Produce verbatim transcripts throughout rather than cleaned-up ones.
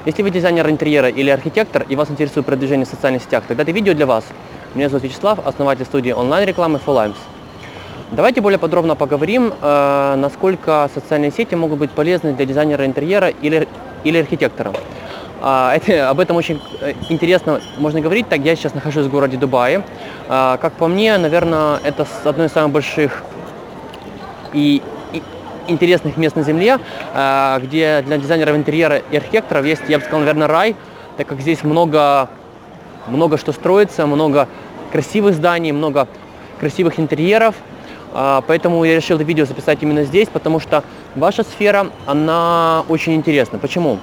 Если вы дизайнер интерьера или архитектор и вас интересует продвижение в социальных сетях, тогда это видео для вас. Меня зовут Вячеслав, основатель студии онлайн-рекламы ForLimes. Давайте более подробно поговорим, э, насколько социальные сети могут быть полезны для дизайнера интерьера или, или архитектора. Э, это, об этом очень интересно можно говорить, так я сейчас нахожусь в городе Дубае. Э, как по мне, наверное, это одно из самых больших и, и интересных мест на Земле, э, где для дизайнеров интерьера и архитекторов есть, я бы сказал, наверное, рай, так как здесь много, много что строится, много красивых зданий, много красивых интерьеров. Поэтому я решил это видео записать именно здесь, потому что ваша сфера, она очень интересна. Почему?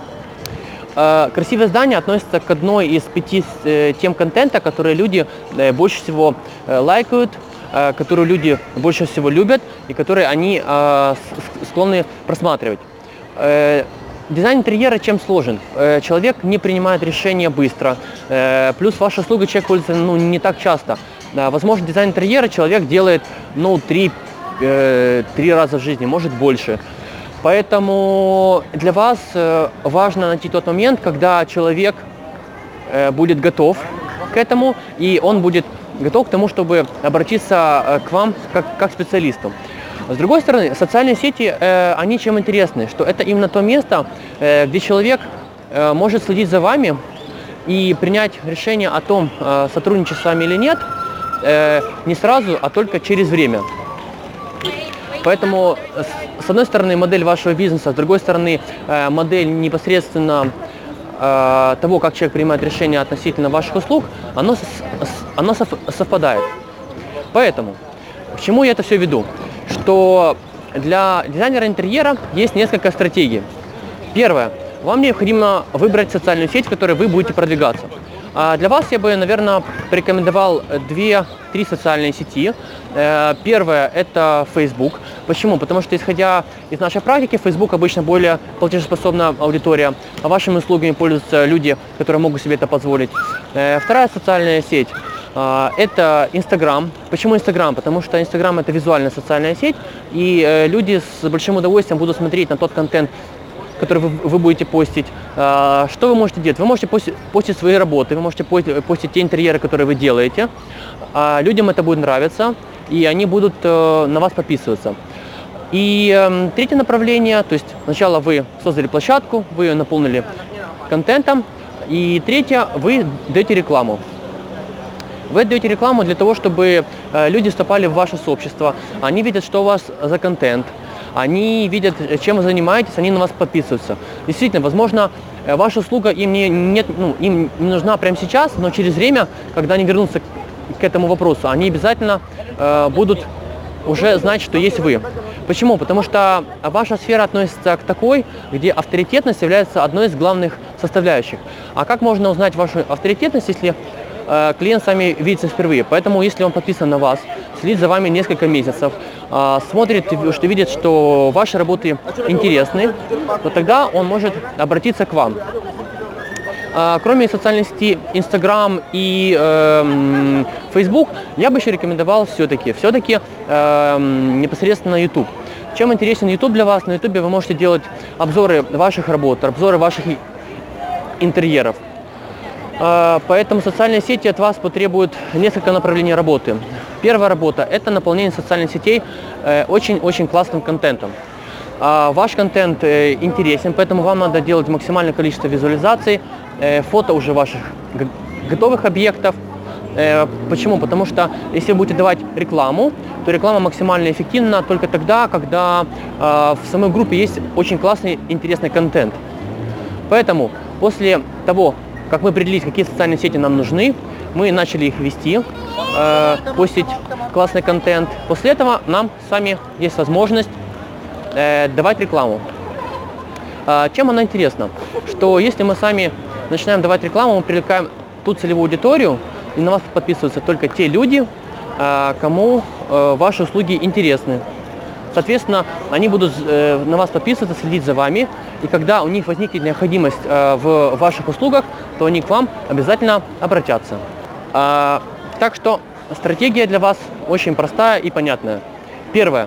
Красивые здания относятся к одной из пяти тем контента, которые люди больше всего лайкают, которые люди больше всего любят и которые они склонны просматривать. Дизайн интерьера чем сложен? Человек не принимает решения быстро, плюс ваша услуга человек пользуется ну, не так часто. Возможно, дизайн интерьера человек делает ну, три, э, три раза в жизни, может больше. Поэтому для вас э, важно найти тот момент, когда человек э, будет готов к этому, и он будет готов к тому, чтобы обратиться э, к вам как, как специалисту. С другой стороны, социальные сети, э, они чем интересны, что это именно то место, э, где человек э, может следить за вами и принять решение о том, э, сотрудничать с вами или нет, не сразу, а только через время. Поэтому, с одной стороны, модель вашего бизнеса, с другой стороны, модель непосредственно того, как человек принимает решения относительно ваших услуг, оно, оно совпадает. Поэтому, к чему я это все веду? Что для дизайнера интерьера есть несколько стратегий. Первое. Вам необходимо выбрать социальную сеть, в которой вы будете продвигаться. А для вас я бы, наверное, порекомендовал две-три социальные сети. Первое – это Facebook. Почему? Потому что, исходя из нашей практики, Facebook обычно более платежеспособная аудитория, а вашими услугами пользуются люди, которые могут себе это позволить. Вторая социальная сеть – это Instagram. Почему Instagram? Потому что Instagram – это визуальная социальная сеть, и люди с большим удовольствием будут смотреть на тот контент, который вы, вы будете постить. Что вы можете делать? Вы можете постить, постить свои работы, вы можете постить, постить те интерьеры, которые вы делаете. Людям это будет нравиться, и они будут на вас подписываться. И третье направление, то есть сначала вы создали площадку, вы ее наполнили контентом, и третье, вы даете рекламу. Вы даете рекламу для того, чтобы люди вступали в ваше сообщество, они видят, что у вас за контент, они видят, чем вы занимаетесь, они на вас подписываются. Действительно, возможно, ваша услуга им не, нет, ну, им не нужна прямо сейчас, но через время, когда они вернутся к этому вопросу, они обязательно э, будут уже знать, что есть вы. Почему? Потому что ваша сфера относится к такой, где авторитетность является одной из главных составляющих. А как можно узнать вашу авторитетность, если э, клиент с вами видится впервые? Поэтому, если он подписан на вас, следит за вами несколько месяцев, смотрит, что видит, что ваши работы интересны, то тогда он может обратиться к вам. Кроме социальных сетей Instagram и э, Facebook, я бы еще рекомендовал все-таки, все-таки э, непосредственно YouTube. Чем интересен YouTube для вас? На YouTube вы можете делать обзоры ваших работ, обзоры ваших интерьеров. Поэтому социальные сети от вас потребуют несколько направлений работы. Первая работа – это наполнение социальных сетей очень-очень классным контентом. Ваш контент интересен, поэтому вам надо делать максимальное количество визуализаций, фото уже ваших готовых объектов. Почему? Потому что если вы будете давать рекламу, то реклама максимально эффективна только тогда, когда в самой группе есть очень классный, интересный контент. Поэтому после того, как мы определились, какие социальные сети нам нужны, мы начали их вести, э, постить классный контент. После этого нам с вами есть возможность э, давать рекламу. Э, чем она интересна? Что если мы сами начинаем давать рекламу, мы привлекаем ту целевую аудиторию, и на вас подписываются только те люди, э, кому э, ваши услуги интересны. Соответственно, они будут э, на вас подписываться, следить за вами, и когда у них возникнет необходимость э, в ваших услугах, то они к вам обязательно обратятся. А, так что стратегия для вас очень простая и понятная. Первое.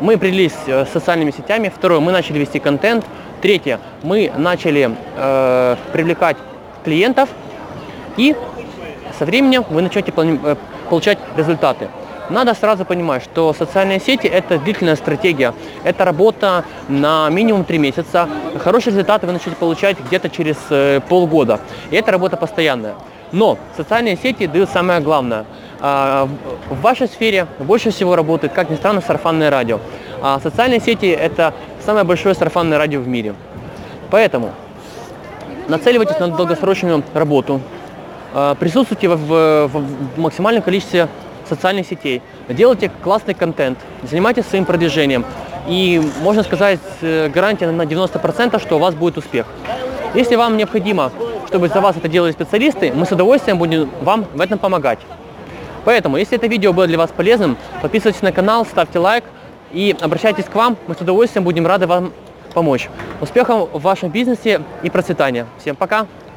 мы определились с социальными сетями. Второе, мы начали вести контент. Третье, мы начали э, привлекать клиентов. И со временем вы начнете получать результаты. Надо сразу понимать, что социальные сети – это длительная стратегия. Это работа на минимум три месяца. Хорошие результаты вы начнете получать где-то через э, полгода. И это работа постоянная. Но социальные сети дают самое главное. А, в вашей сфере больше всего работает, как ни странно, сарафанное радио. А социальные сети – это самое большое сарафанное радио в мире. Поэтому нацеливайтесь на долгосрочную работу. А, присутствуйте в, в, в максимальном количестве социальных сетей, делайте классный контент, занимайтесь своим продвижением, и, можно сказать, гарантия на девяносто процентов, что у вас будет успех. Если вам необходимо, чтобы за вас это делали специалисты, мы с удовольствием будем вам в этом помогать. Поэтому, если это видео было для вас полезным, подписывайтесь на канал, ставьте лайк и обращайтесь к вам, мы с удовольствием будем рады вам помочь. Успехов в вашем бизнесе и процветания. Всем пока!